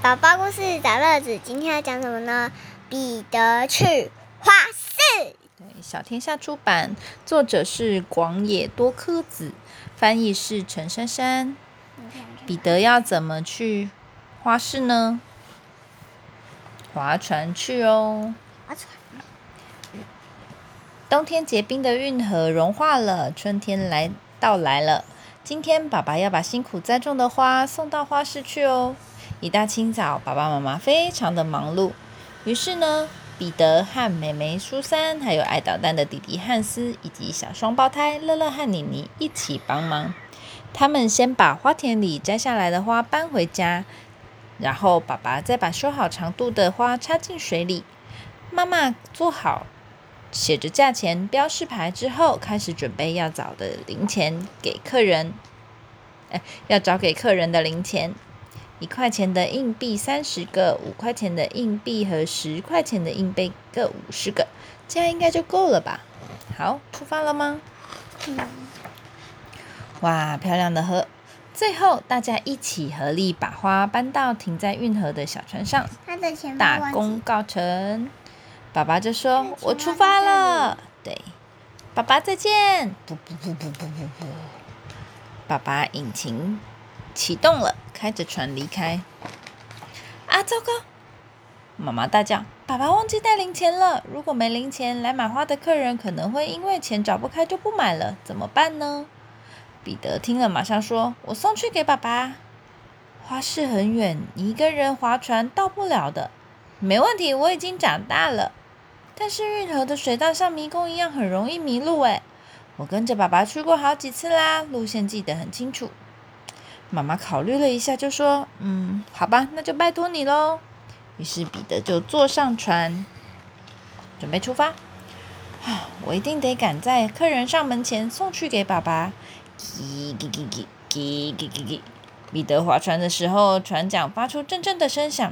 宝宝故事找乐子，今天要讲什么呢？彼得去花市。 对，小天下出版，作者是广野多科子，翻译是陈珊珊。彼得要怎么去花市呢？划船去哦。冬天结冰的运河融化了，春天到来了。今天爸爸要把辛苦栽种的花送到花市去哦。一大清早，爸爸妈妈非常的忙碌。于是呢，彼得和妹妹苏珊，还有爱捣蛋的弟弟汉斯，以及小双胞胎乐乐和妮妮一起帮忙。他们先把花田里摘下来的花搬回家，然后爸爸再把修好长度的花插进水里。妈妈做好写着价钱标示牌之后，开始准备要找的零钱给客人。要找给客人的零钱，1块钱的硬币30个，5块钱的硬币和10块钱的硬币各50个，这样应该就够了吧？好，出发了吗？哇，漂亮的河！最后，大家一起合力把花搬到停在运河的小船上，大功告成。爸爸就说：“我出发了。”对，爸爸再见！不，爸爸引擎启动了，开着船离开。啊，糟糕！妈妈大叫：“爸爸忘记带零钱了！如果没零钱，来买花的客人可能会因为钱找不开就不买了，怎么办呢？”彼得听了马上说：“我送去给爸爸。花市很远，你一个人划船到不了的。没问题，我已经长大了。但是运河的水道像迷宫一样，很容易迷路诶。我跟着爸爸去过好几次啦，路线记得很清楚。”妈妈考虑了一下就说：“好吧，那就拜托你咯。”于是彼得就坐上船，准备出发。我一定得赶在客人上门前送去给爸爸。彼得划船的时候，船桨发出阵阵的声响，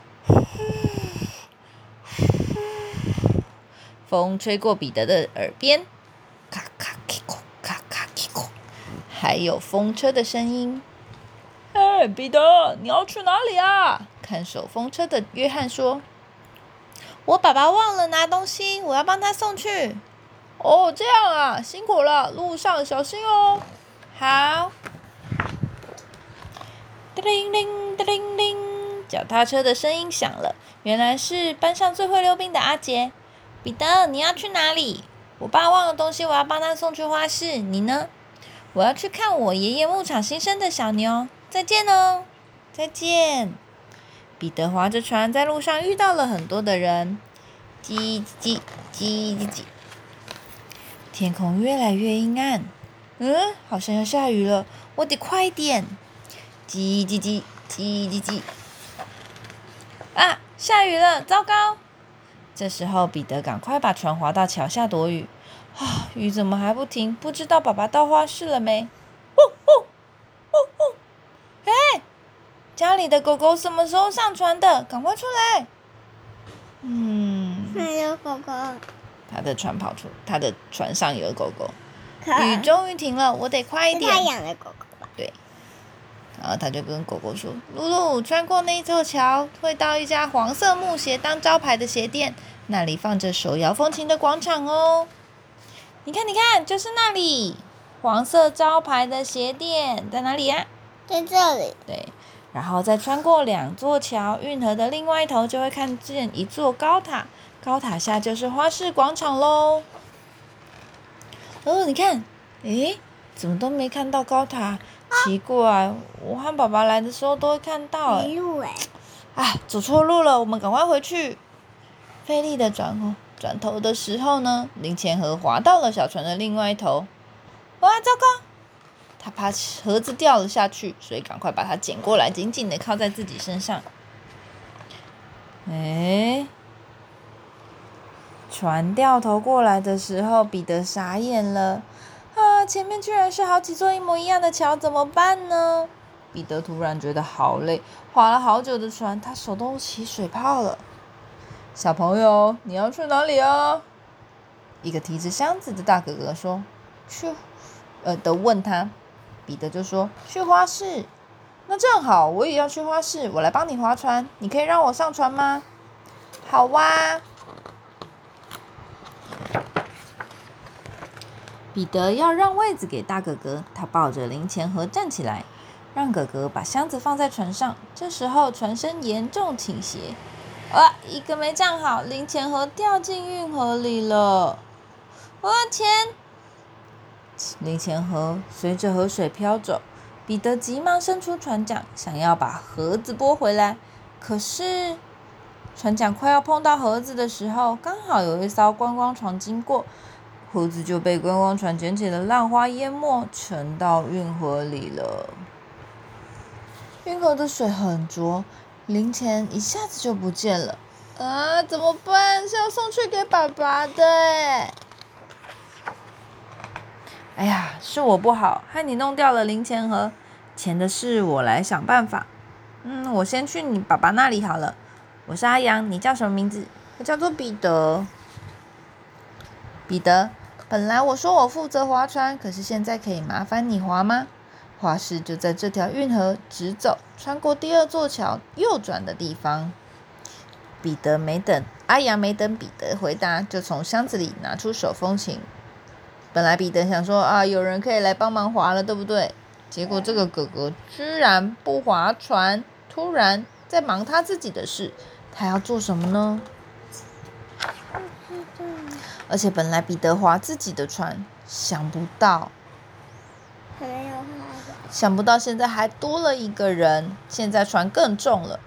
风吹过彼得的耳边，咔咔叽咕，咔咔叽咕，还有风车的声音。彼得，你要去哪里啊？看守风车的约翰说：“我爸爸忘了拿东西，我要帮他送去。”哦，这样啊，辛苦了，路上小心哦。好。叮铃铃，叮铃铃，脚踏车的声音响了，原来是班上最会溜冰的阿杰。彼得，你要去哪里？我爸忘了东西，我要帮他送去花市。你呢？我要去看我爷爷牧场新生的小牛。再见哦。再见。彼得划着船，在路上遇到了很多的人。叽叽叽叽叽。天空越来越阴暗，好像要下雨了，我得快一点。叽叽叽叽叽叽。啊，下雨了，糟糕！这时候彼得赶快把船划到桥下躲雨。雨怎么还不停？不知道爸爸到花市了没？家里的狗狗什么时候上船的？赶快出来！ 还有狗狗。 他的船上有狗狗。雨终于停了，我得快一点。 是他养的狗狗吧？ 对。然后他就跟狗狗说：“露露，穿过那座桥，会到一家黄色木鞋当招牌的鞋店，那里放着手摇风琴的广场哦。你看，就是那里，黄色招牌的鞋店在哪里呀？ 在这里。 对。然后再穿过2座桥，运河的另外一头就会看见一座高塔，高塔下就是花市广场咯。你看，怎么都没看到高塔？奇怪，我和爸爸来的时候都会看到。 没路走错路了，我们赶快回去。费力的转头的时候呢，零钱盒滑到了小船的另外一头。哇，糟糕！他怕盒子掉了下去，所以赶快把它捡过来，紧紧的靠在自己身上。船掉头过来的时候，彼得傻眼了。前面居然是好几座一模一样的桥，怎么办呢？彼得突然觉得好累，划了好久的船，他手都起水泡了。小朋友，你要去哪里啊？一个提着箱子的大哥哥说：“问他。”彼得就说：“去花市。” 那正好，我也要去花市，我来帮你划船，你可以让我上船吗？好哇。彼得要让位子给大哥哥，他抱着零钱盒站起来，让哥哥把箱子放在船上。这时候船身严重倾斜，一个没站好，零钱盒掉进运河里了。钱！零钱盒随着河水飘走，彼得急忙伸出船桨，想要把盒子拨回来。可是船桨快要碰到盒子的时候，刚好有一艘观光船经过，盒子就被观光船卷起的浪花淹没，沉到运河里了。运河的水很浊，零钱一下子就不见了。怎么办？是要送去给爸爸的耶。哎呀，是我不好，害你弄掉了零钱盒。钱的事我来想办法。我先去你爸爸那里好了。我是阿阳，你叫什么名字？我叫做彼得。彼得，本来我说我负责划船，可是现在可以麻烦你划吗？花市就在这条运河直走，穿过第二座桥，右转的地方。阿阳没等彼得回答，就从箱子里拿出手风琴。本来彼得想说有人可以来帮忙划了，对不对？结果这个哥哥居然不划船，突然在忙他自己的事。他要做什么呢？而且本来彼得划自己的船，想不到现在还多了一个人，现在船更重了。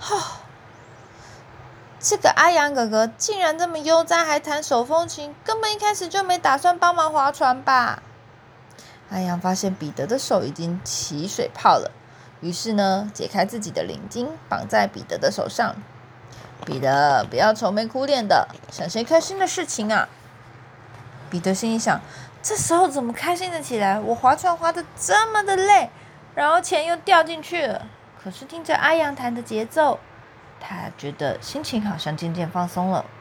这个阿阳哥哥竟然这么悠哉，还弹手风琴，根本一开始就没打算帮忙划船吧？阿阳发现彼得的手已经起水泡了，于是呢，解开自己的领巾，绑在彼得的手上。彼得，不要愁眉苦脸的，想些开心的事情啊！彼得心里想，这时候怎么开心的起来？我划船划得这么的累，然后钱又掉进去了。可是听着阿阳弹的节奏，他觉得心情好像渐渐放松了。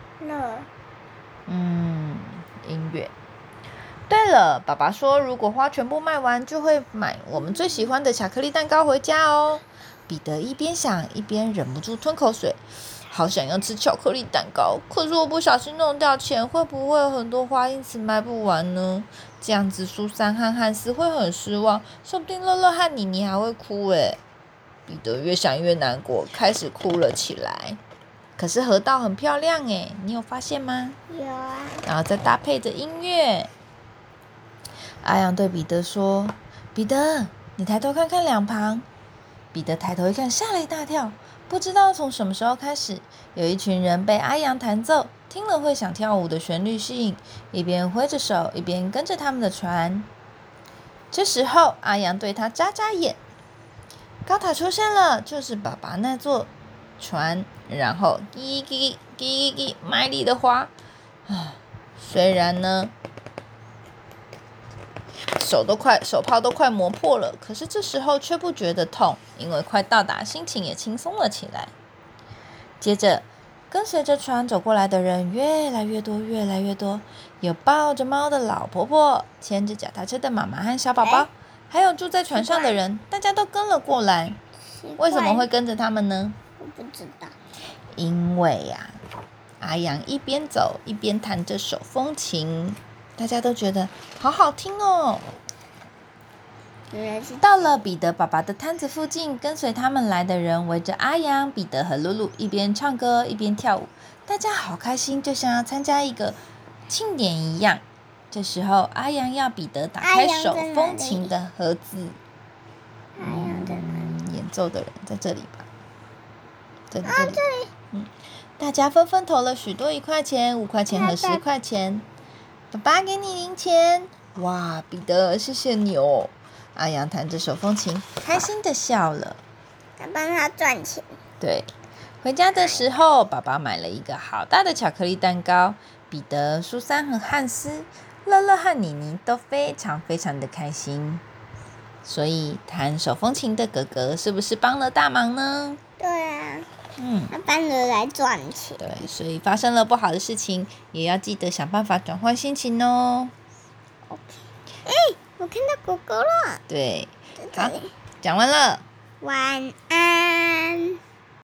音乐。对了，爸爸说如果花全部卖完，就会买我们最喜欢的巧克力蛋糕回家哦。彼得一边想一边忍不住吞口水，好想要吃巧克力蛋糕，可是我不小心弄掉钱，会不会有很多花因此卖不完呢？这样子苏珊和汉斯会很失望，说不定乐乐和妮妮还会哭耶。彼得越想越难过，开始哭了起来。可是河道很漂亮耶，你有发现吗？ 有啊。 然后再搭配着音乐。阿阳对彼得说：“彼得，你抬头看看两旁。”彼得抬头一看，吓了一大跳。不知道从什么时候开始，有一群人被阿阳弹奏，听了会想跳舞的旋律吸引，一边挥着手，一边跟着他们的船。这时候，阿阳对他眨眨眼。高塔出现了，就是爸爸那座船，然后叽叽叽叽卖力的划。虽然呢，手泡都快磨破了，可是这时候却不觉得痛，因为快到达，心情也轻松了起来。接着，跟随着船走过来的人越来越多，有抱着猫的老婆婆，牵着脚踏车的妈妈和小宝宝，还有住在船上的人，大家都跟了过来。为什么会跟着他们呢？ 我不知道。 因为阿阳一边走一边弹着手风琴，大家都觉得好好听哦。到了彼得爸爸的摊子附近，跟随他们来的人围着阿阳、彼得和露露，一边唱歌一边跳舞，大家好开心，就像要参加一个庆典一样。这时候，阿阳要彼得打开手风琴的盒子。演奏的人在这里吧？这里。大家纷纷投了许多1块钱、5块钱和10块钱。爸爸给你零钱。哇，彼得，谢谢你哦。阿阳弹着手风琴，开心的笑了。 他帮他赚钱。 对，回家的时候，爸爸买了一个好大的巧克力蛋糕。彼得、苏珊和汉斯、乐乐和妮妮都非常的开心。所以弹手风琴的哥哥是不是帮了大忙呢？ 对啊。他帮着来赚钱。 对，所以发生了不好的事情，也要记得想办法转换心情哦。 我看到狗狗了。 对，好， 讲完了。 晚安。